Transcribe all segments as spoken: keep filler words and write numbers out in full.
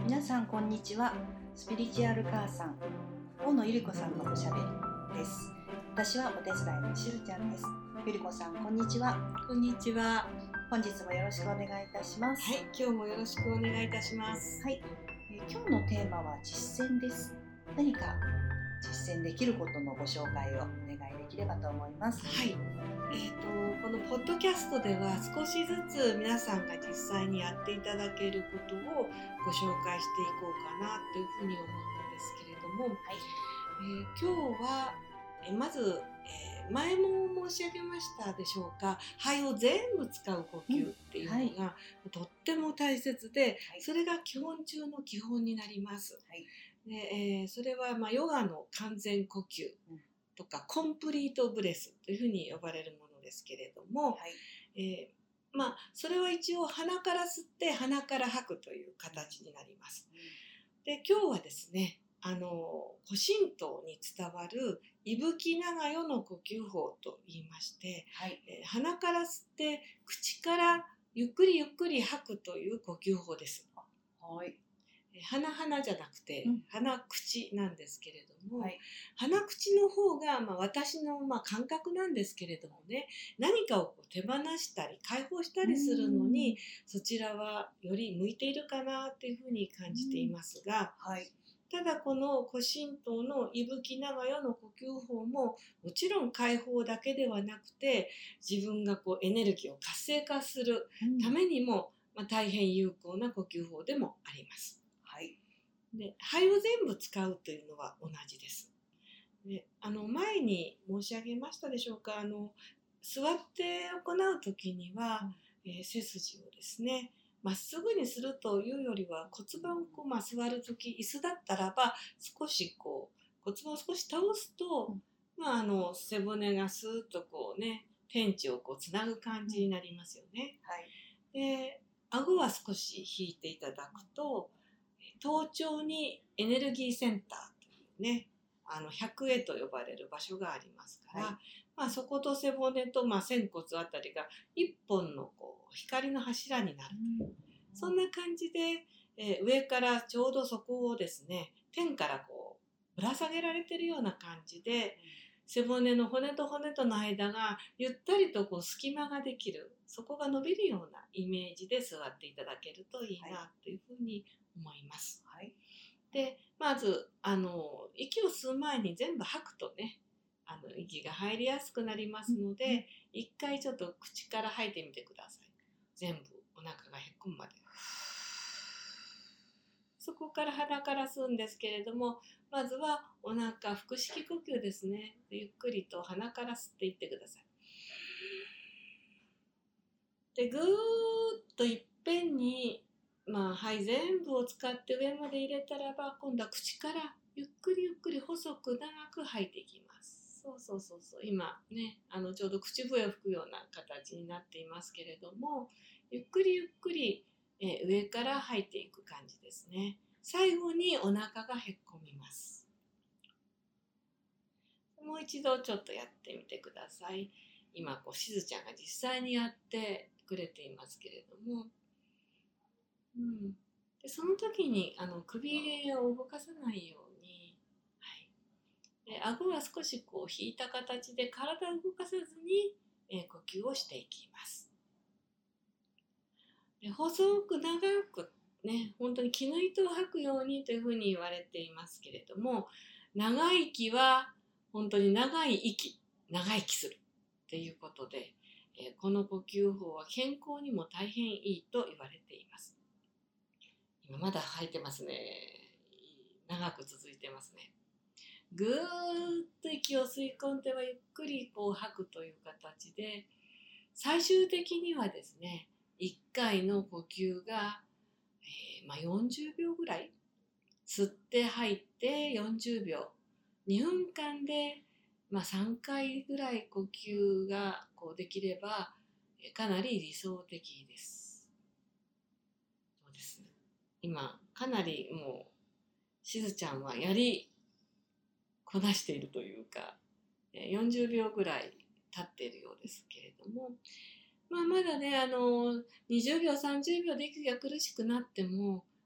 皆さんこんにちは。スピリチュアル母さん大野ゆり子さんのおしゃべりです。私はお手伝いのしずちゃんです。ゆり子さんこんにちは。 こんにちは。 本日もよろしくお願いいたします。 はい、今日もよろしくお願いいたします。 はい、えー、今日のテーマは実践です。何か実践できることのご紹介をお願いできればと思います。 はい、えーと、このポッドキャストでは少しずつ皆さんが実際にやっていただけることをご紹介していこうかなというふうに思うんですけれども、はい、えー、今日はえまず、えー、前も申し上げましたでしょうか、肺を全部使う呼吸っていうのが、うんはい、とっても大切で、はい、それが基本中の基本になります。はいでえー、それはまあヨガの完全呼吸とか、うん、コンプリートブレスというふうに呼ばれるものですけれども、はいえーまあ、それは一応鼻から吸って鼻から吐くという形になります。うん、で今日はですね、あの古神道に伝わる伊吹長代の呼吸法と言いまして、はいえー、鼻から吸って口からゆっくりゆっくり吐くという呼吸法です。はい鼻鼻じゃなくて、うん、鼻口なんですけれども、はい、鼻口の方が、まあ、私の、まあ、感覚なんですけれどもね、何かをこう手放したり解放したりするのにそちらはより向いているかなというふうに感じていますが、はい、ただこの古神道の伊吹長代の呼吸法ももちろん解放だけではなくて、自分がこうエネルギーを活性化するためにも、まあ、大変有効な呼吸法でもあります。はい、で肺を全部使うというのは同じです。であの前に申し上げましたでしょうか、あの座って行う時には、うんえー、背筋をですねまっすぐにするというよりは骨盤をこう、まあ、座る時椅子だったらば少しこう骨盤を少し倒すと、うんまあ、あの背骨がスーッとこうね天地をこうつなぐ感じになりますよね。はい、で顎は少し引いていただくと頭頂にエネルギーセンターというね、あの百会と呼ばれる場所がありますから、はいまあ、そこと背骨と、まあ、仙骨あたりが一本のこう光の柱になるという、うん、そんな感じで、えー、上からちょうどそこをですね天からこうぶら下げられているような感じで、うん、背骨の骨と骨との間がゆったりとこう隙間ができる、そこが伸びるようなイメージで座っていただけるといいなというふうに思います。はい、でまずあの息を吸う前に全部吐くとね、あの息が入りやすくなりますので、うん、一回ちょっと口から吐いてみてください。全部お腹がへこむまで。そこから鼻から吸うんですけれども、まずはお腹腹式呼吸ですね。ゆっくりと鼻から吸っていってください。でぐーっといっぺんにまあ、肺全部を使って上まで入れたらば、今度は口からゆっくりゆっくり細く長く吐いていきます。そうそうそうそう、今ね、あのちょうど口笛を吹くような形になっていますけれども、ゆっくりゆっくり、えー、上から吐いていく感じですね。最後にお腹がへっこみます。もう一度ちょっとやってみてください。今こうしずちゃんが実際にやってくれていますけれども、うん、でその時にあの首を動かさないように、はい、で顎は少しこう引いた形で体を動かさずに、えー、呼吸をしていきます。で細く長くね、本当に気の糸を吐くようにというふうに言われていますけれども、長い息は本当に長い息長生きするっていうことで、えー、この呼吸法は健康にも大変いいと言われています。今まだ吐いてますね。長く続いてますね。ぐーっと息を吸い込んではゆっくりこう吐くという形で、最終的にはですね、いっかいの呼吸が、えーまあ、よんじゅうびょうぐらい吸って吐いてよんじゅうびょう、にふんかんで、まあ、さんかいぐらい呼吸がこうできればかなり理想的です。そうですね、今かなりもうしずちゃんはやりこなしているというか、よんじゅうびょうぐらい経っているようですけれども、まあ、まだねあのにじゅうびょうさんじゅうびょうで息が苦しくなっても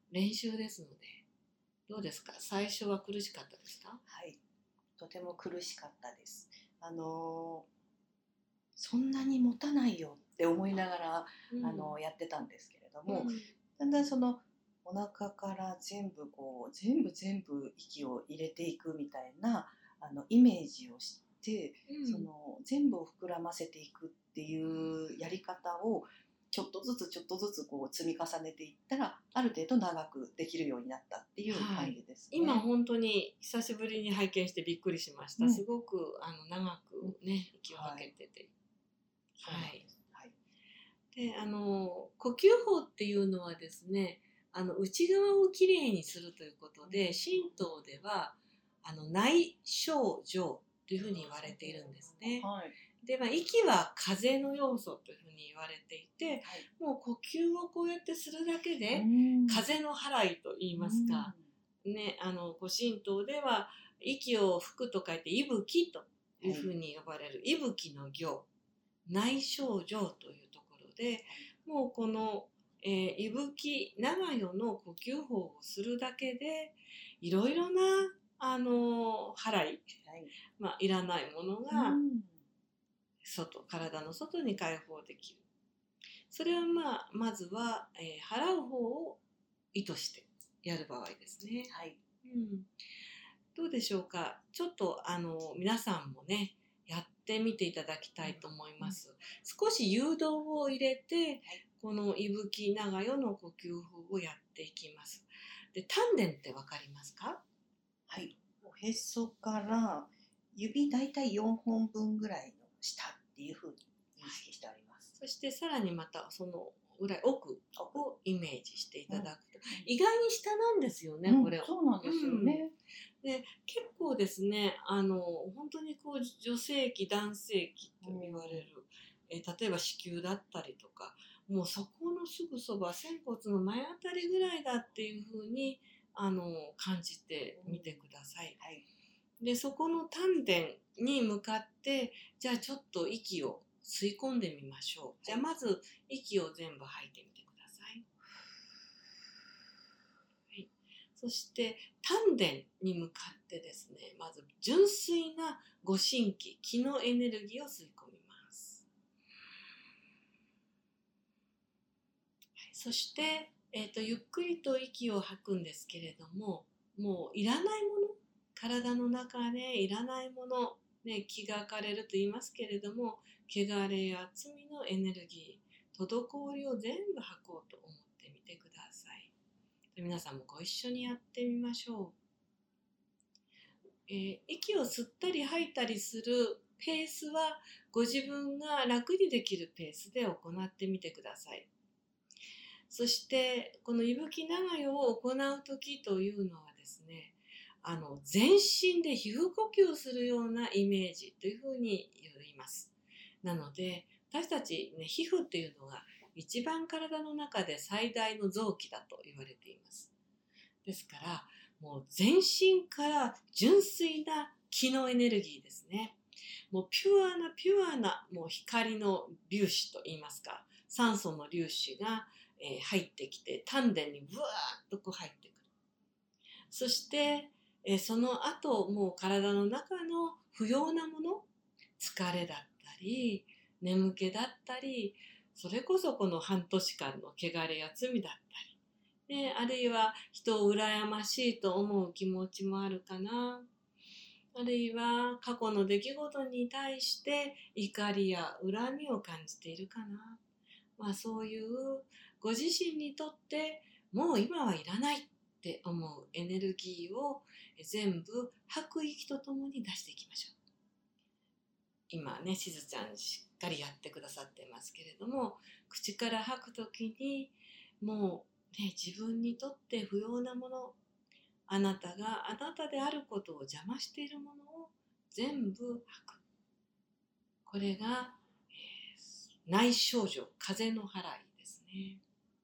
練習ですので、どうですか？最初は苦しかったですか？ はい、とても苦しかったです。あのそんなに持たないよって思いながら、 うん、 あのやってたんですけれども、 うん、 だんだんそのお腹から全部こう全部全部息を入れていくみたいなあのイメージをして、 うん、 その全部を膨らませていくっていうやり方をちょっとずつちょっとずつこう積み重ねていったら、ある程度長くできるようになったっていうはい。 感じですね。 今本当に久しぶりに拝見してびっくりしました。 うん、 すごくあの長くね、息を吐けてて。 そうなんはい。 です。はい。 で、あの呼吸法っていうのはですね、あの内側をきれいにするということで、神道ではあの内症状というふうに言われているんですね。 はい。 で、まあ、息は風の要素というふうに言われていて、 はい。 もう呼吸をこうやってするだけで、 うん風の払いと言いますか、ね、あのご神道では息を吹くと書いて息吹というふうに呼ばれる、息吹の行、内症状というところで、もうこの、えー、息吹長与の呼吸法をするだけで、いろいろなあの払い、 はい。 まあ、いらないものうがん。 外、体の外に解放できる。それはまあ、まずは、えー払う方を意図してやる場合ですね。 はい。 うん、どうでしょうか？ちょっとあの皆さんもね、やってみていただきたいと思います。少し誘導を入れて、この息吹長与の呼吸法をやっていきます。で、丹田ってわかりますか？ はい。おへそから指だいたいよんほんぶんぐらいの下っていうふうに認識しております。 そしてさらにまたそのぐらい奥奥。 をイメージしていただくと、 うん、 意外に下なんですよね、 うん、 これ。 そうなんですよね。 うん、で結構ですね、あの本当にこう女性器男性器と言われる、うん、え例えば子宮だったりとか、もうそこのすぐそば仙骨の前あたりぐらいだっていうふうにあの感じてみてください。 うん、はい。 でそこの丹田に向かって、じゃあちょっと息を吸い込んでみましょう。じゃあまず息を全部吐いてみてください。はい、そして丹田に向かってですね、まず純粋なご神気、気のエネルギーを吸い込みます。はい、そして、えーと、ゆっくりと息を吐くんですけれども、もういらないもの、体の中でいらないもの、ね、気が枯れると言いますけれども、汚れや罪のエネルギー、滞りを全部吐こうと思ってみてください。皆さんもご一緒にやってみましょう。えー、息を吸ったり吐いたりするペースはご自分が楽にできるペースで行ってみてください。そしてこの息吹長与を行う時というのはですね、あの全身で皮膚呼吸するようなイメージというふうに言います。なので私たち、ね、皮膚っていうのが一番体の中で最大の臓器だと言われています。ですからもう全身から純粋な気のエネルギーですね。もうピュアなピュアなもう光の粒子といいますか、酸素の粒子がえー、入ってきて丹田にブワーッとこう入ってくる。そして、えー、その後もう体の中の不要なもの、疲れだったり眠気だったり、それこそこの半年間の汚れや罪だったり、ね、あるいは人を羨ましいと思う気持ちもあるかな、あるいは過去の出来事に対して怒りや恨みを感じているかな、まあ、そういうご自身にとってもう今はいらないって思うエネルギーを全部吐く息とともに出していきましょう。今ね、しずちゃんしっかりやってくださってますけれども、口から吐くときにもう、ね、自分にとって不要なもの、あなたがあなたであることを邪魔しているものを全部吐く。これが、えー、内症状、風の払いですね。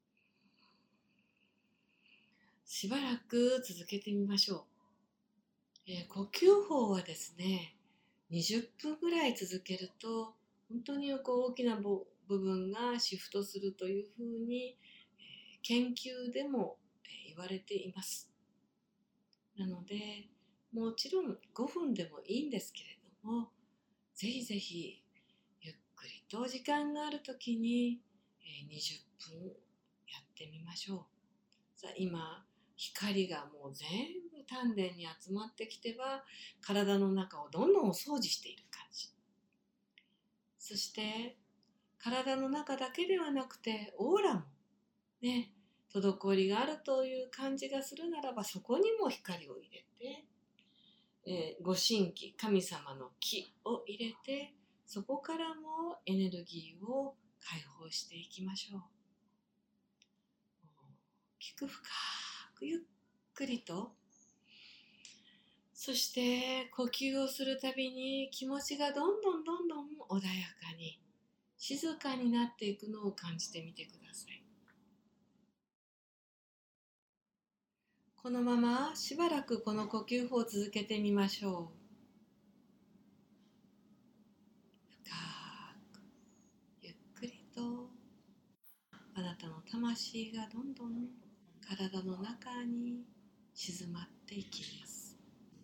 しばらく続けてみましょう。えー、呼吸法はですね、にじゅっぷんぐらい続けると本当にこう大きな部分がシフトするというふうに、えー、研究でも言われています。なので、もちろんごふんでもいいんですけれども、ぜひぜひゆっくりと時間があるときににじゅっぷんやってみましょう。さあ、今光がもう全部丹田に集まってきては、体の中をどんどんお掃除している感じ。そして体の中だけではなくてオーラもね、滞りがあるという感じがするならば、そこにも光を入れて、えー、ご神気、神様の気を入れて、そこからもエネルギーを解放していきましょう。大きく深くゆっくりと、そして呼吸をするたびに気持ちがどんどんどんどん穏やかに静かになっていくのを感じてみてください。このまましばらくこの呼吸法を続けてみましょう。深くゆっくりと、あなたの魂がどんどん体の中に静まっていきます。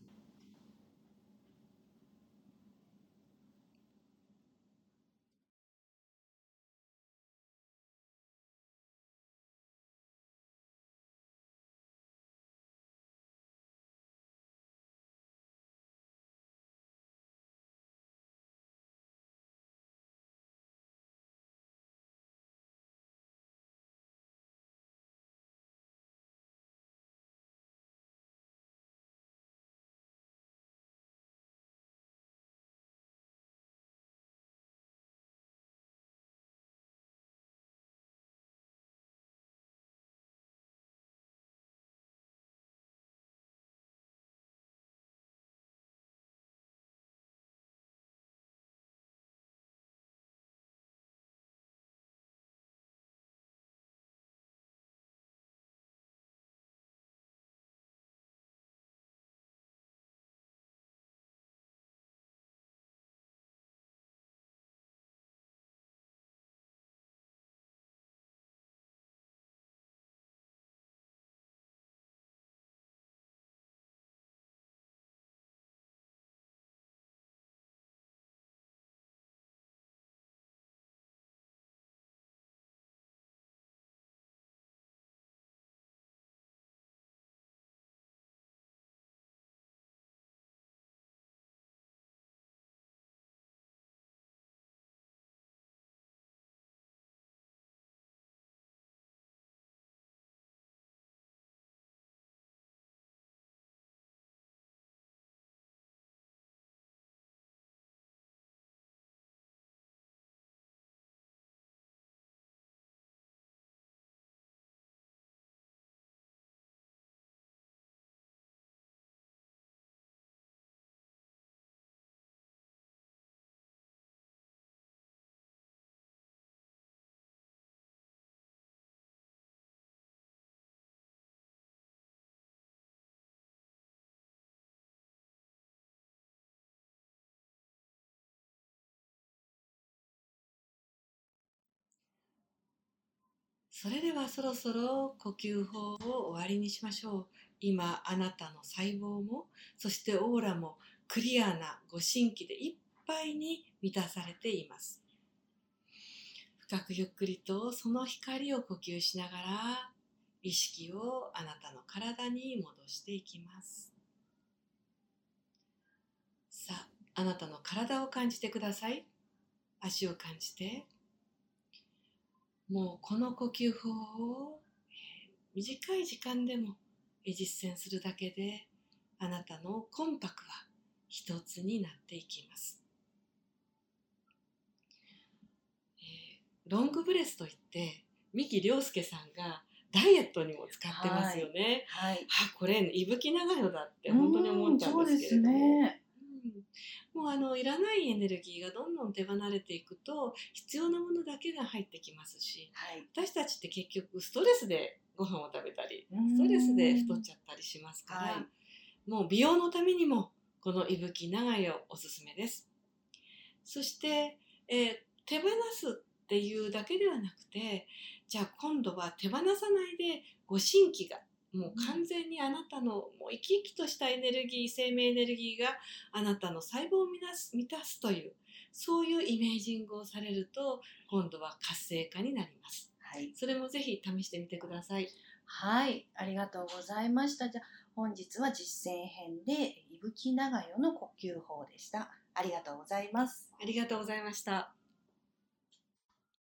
それではそろそろ呼吸法を終わりにしましょう。今あなたの細胞も、そしてオーラもクリアなご神気でいっぱいに満たされています。深くゆっくりとその光を呼吸しながら、意識をあなたの体に戻していきます。さあ、あなたの体を感じてください。足を感じて、もうこの呼吸法を短い時間でも実践するだけで、あなたの魂魄は一つになっていきます。えー、ロングブレスといって三木亮介さんがダイエットにも使ってますよね。 はいはい、 あ、これ伊吹長代だって本当に思ったんですけれども、 ね、 うん、もうあのいらないエネルギーがどんどん手離れていくと、必要なものだけが入ってきますし、 はい、 私たちって結局ストレスでご飯を食べたり、ストレスで太っちゃったりしますから、はい、もう美容のためにもこの伊吹長代をおすすめです。そして、えー、手放すっていうだけではなくて、じゃあ今度は手放さないでご神気がもう完全にあなたのもう生き生きとしたエネルギー、生命エネルギーがあなたの細胞を満たす、満たすという、そういうイメージングをされると、今度は活性化になります。 はい、 それもぜひ試してみてください。 はい、ありがとうございました。じゃあ本日は実践編で伊吹長代の呼吸法でした。ありがとうございます。 ありがとうございました。